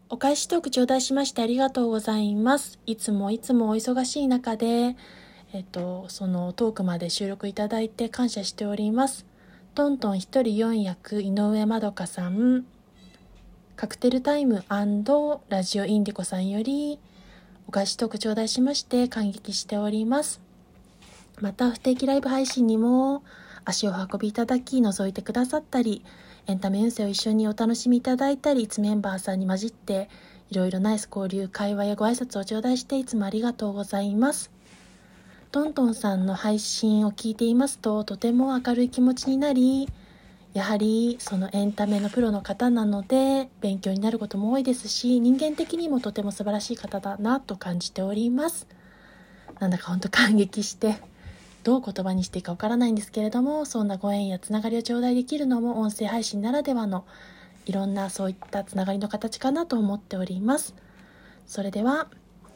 お返しトーク頂戴しましてありがとうございます。いつもお忙しい中で、そのトークまで収録いただいて感謝しております。トントン一人4役井上まどかさん、カクテルタイム&ラジオインディコさんよりお返しトーク頂戴しまして感激しております。また不定期ライブ配信にも足を運びいただき覗いてくださったり、エンタメ運勢を一緒にお楽しみいただいたり、いつメンバーさんに混じっていろいろナイス交流会話やご挨拶を頂戴していつもありがとうございます。トントンさんの配信を聞いていますととても明るい気持ちになり、やはりそのエンタメのプロの方なので勉強になることも多いですし、人間的にもとても素晴らしい方だなと感じております。なんだか本当感激してどう言葉にしていいかわからないんですけれども、そんなご縁やつながりを頂戴できるのも音声配信ならではのいろんなそういったつながりの形かなと思っております。それでは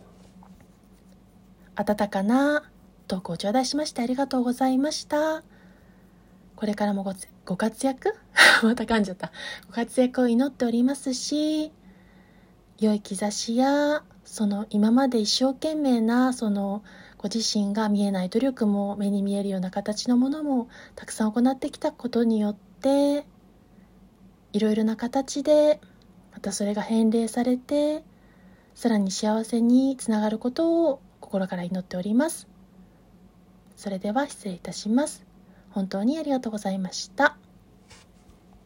温かなトークを頂戴しましてありがとうございました。これからもご活躍また噛んじゃった。ご活躍を祈っておりますし、良い兆しやその今まで一生懸命なそのご自身が見えない努力も目に見えるような形のものもたくさん行ってきたことによって、いろいろな形でまたそれが返礼されてさらに幸せにつながることを心から祈っております。それでは失礼いたします。本当にありがとうございました。